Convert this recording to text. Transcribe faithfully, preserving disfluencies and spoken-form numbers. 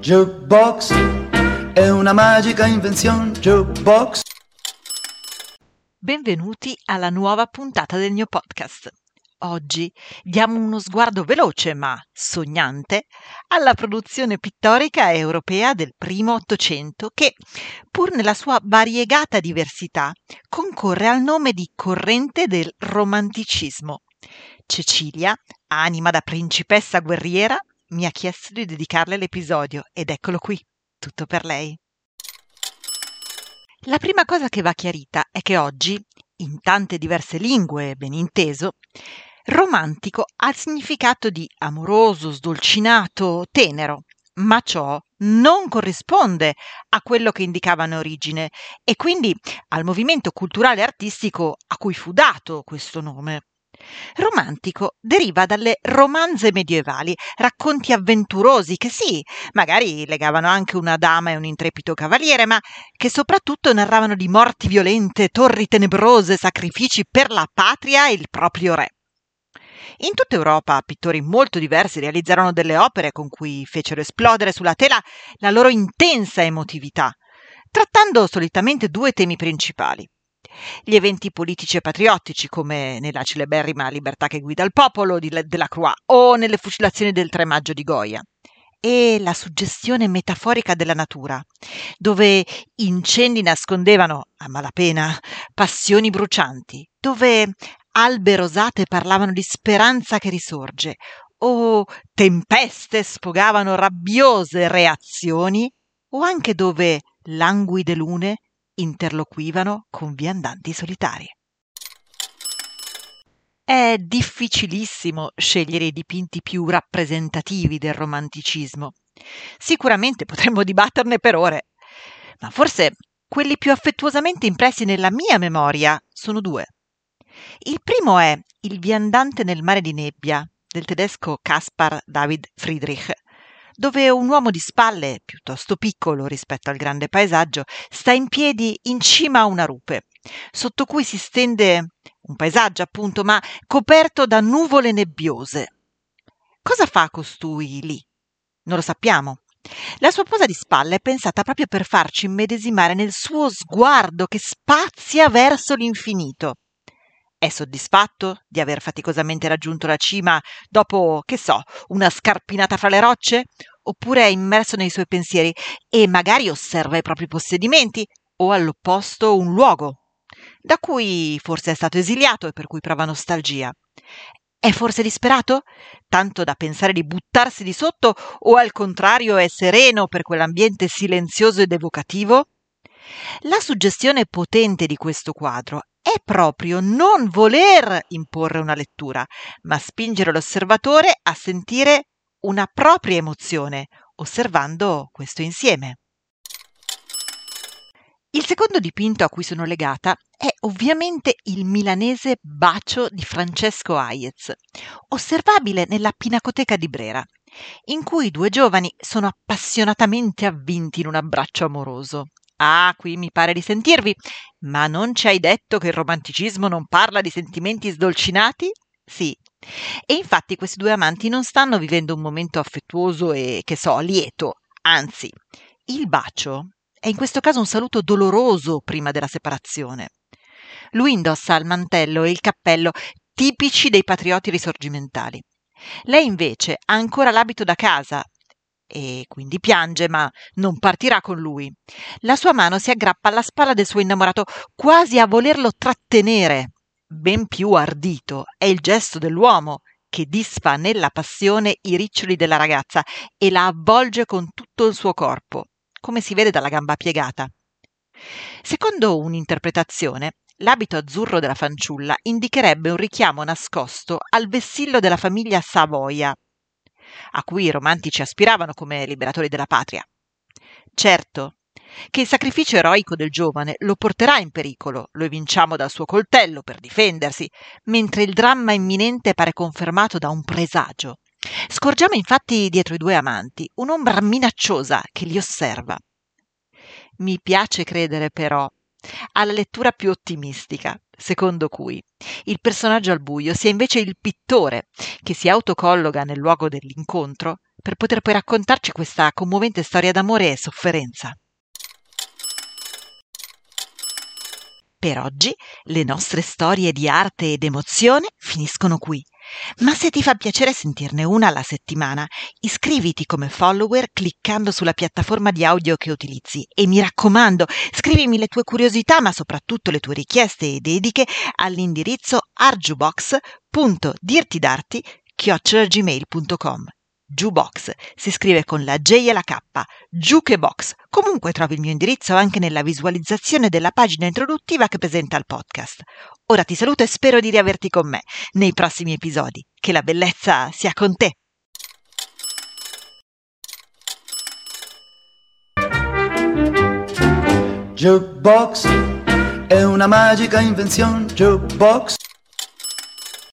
Jukebox è una magica invenzione. Jukebox. Benvenuti alla nuova puntata del mio podcast. Oggi diamo uno sguardo veloce ma sognante alla produzione pittorica europea del primo Ottocento che, pur nella sua variegata diversità, concorre al nome di corrente del romanticismo. Cecilia, anima da principessa guerriera, mi ha chiesto di dedicarle l'episodio ed eccolo qui, tutto per lei. La prima cosa che va chiarita è che oggi, in tante diverse lingue, ben inteso, romantico ha il significato di amoroso, sdolcinato, tenero, ma ciò non corrisponde a quello che indicava in origine e quindi al movimento culturale e artistico a cui fu dato questo nome. Romantico deriva dalle romanze medievali, racconti avventurosi che sì, magari legavano anche una dama e un intrepido cavaliere, ma che soprattutto narravano di morti violente, torri tenebrose, sacrifici per la patria e il proprio re. In tutta Europa pittori molto diversi realizzarono delle opere con cui fecero esplodere sulla tela la loro intensa emotività, trattando solitamente due temi principali. Gli eventi politici e patriottici, come nella celeberrima Libertà che guida il popolo di Delacroix o nelle fucilazioni del tre maggio di Goya, e la suggestione metaforica della natura, dove incendi nascondevano, a malapena, passioni brucianti, dove albe rosate parlavano di speranza che risorge, o tempeste sfogavano rabbiose reazioni, o anche dove languide lune interloquivano con viandanti solitari. È difficilissimo scegliere i dipinti più rappresentativi del romanticismo. Sicuramente potremmo dibatterne per ore, ma forse quelli più affettuosamente impressi nella mia memoria sono due. Il primo è Il viandante nel mare di nebbia del tedesco Caspar David Friedrich, dove un uomo di spalle, piuttosto piccolo rispetto al grande paesaggio, sta in piedi in cima a una rupe, sotto cui si stende un paesaggio, appunto, ma coperto da nuvole nebbiose. Cosa fa costui lì? Non lo sappiamo. La sua posa di spalle è pensata proprio per farci immedesimare nel suo sguardo che spazia verso l'infinito. È soddisfatto di aver faticosamente raggiunto la cima dopo, che so, una scarpinata fra le rocce? Oppure è immerso nei suoi pensieri e magari osserva i propri possedimenti o all'opposto un luogo da cui forse è stato esiliato e per cui prova nostalgia? È forse disperato? Tanto da pensare di buttarsi di sotto o al contrario è sereno per quell'ambiente silenzioso ed evocativo? La suggestione potente di questo quadro è proprio non voler imporre una lettura, ma spingere l'osservatore a sentire una propria emozione, osservando questo insieme. Il secondo dipinto a cui sono legata è ovviamente il milanese Bacio di Francesco Hayez, osservabile nella Pinacoteca di Brera, in cui due giovani sono appassionatamente avvinti in un abbraccio amoroso. Ah, qui mi pare di sentirvi, ma non ci hai detto che il romanticismo non parla di sentimenti sdolcinati? Sì. E infatti questi due amanti non stanno vivendo un momento affettuoso e, che so, lieto, anzi, il bacio è in questo caso un saluto doloroso prima della separazione. Lui indossa il mantello e il cappello tipici dei patrioti risorgimentali. Lei invece ha ancora l'abito da casa e quindi piange, ma non partirà con lui. La sua mano si aggrappa alla spalla del suo innamorato, quasi a volerlo trattenere. Ben più ardito è il gesto dell'uomo, che disfa nella passione i riccioli della ragazza e la avvolge con tutto il suo corpo, come si vede dalla gamba piegata. Secondo un'interpretazione, l'abito azzurro della fanciulla indicherebbe un richiamo nascosto al vessillo della famiglia Savoia, a cui i romantici aspiravano come liberatori della patria. Certo che il sacrificio eroico del giovane lo porterà in pericolo, lo evinciamo dal suo coltello per difendersi, mentre il dramma imminente pare confermato da un presagio. Scorgiamo infatti dietro i due amanti un'ombra minacciosa che li osserva. Mi piace credere però alla lettura più ottimistica, secondo cui il personaggio al buio sia invece il pittore che si autocolloca nel luogo dell'incontro per poter poi raccontarci questa commovente storia d'amore e sofferenza. Per oggi le nostre storie di arte ed emozione finiscono qui. Ma se ti fa piacere sentirne una alla settimana, iscriviti come follower cliccando sulla piattaforma di audio che utilizzi e mi raccomando, scrivimi le tue curiosità ma soprattutto le tue richieste e dediche all'indirizzo arjubox punto dirtidarti chiocciola gmail punto com. Jukebox si scrive con la J e la K, Jukebox. Comunque trovi il mio indirizzo anche nella visualizzazione della pagina introduttiva che presenta il podcast. Ora ti saluto e spero di riaverti con me nei prossimi episodi. Che la bellezza sia con te! Jukebox è una magica invenzione. Jukebox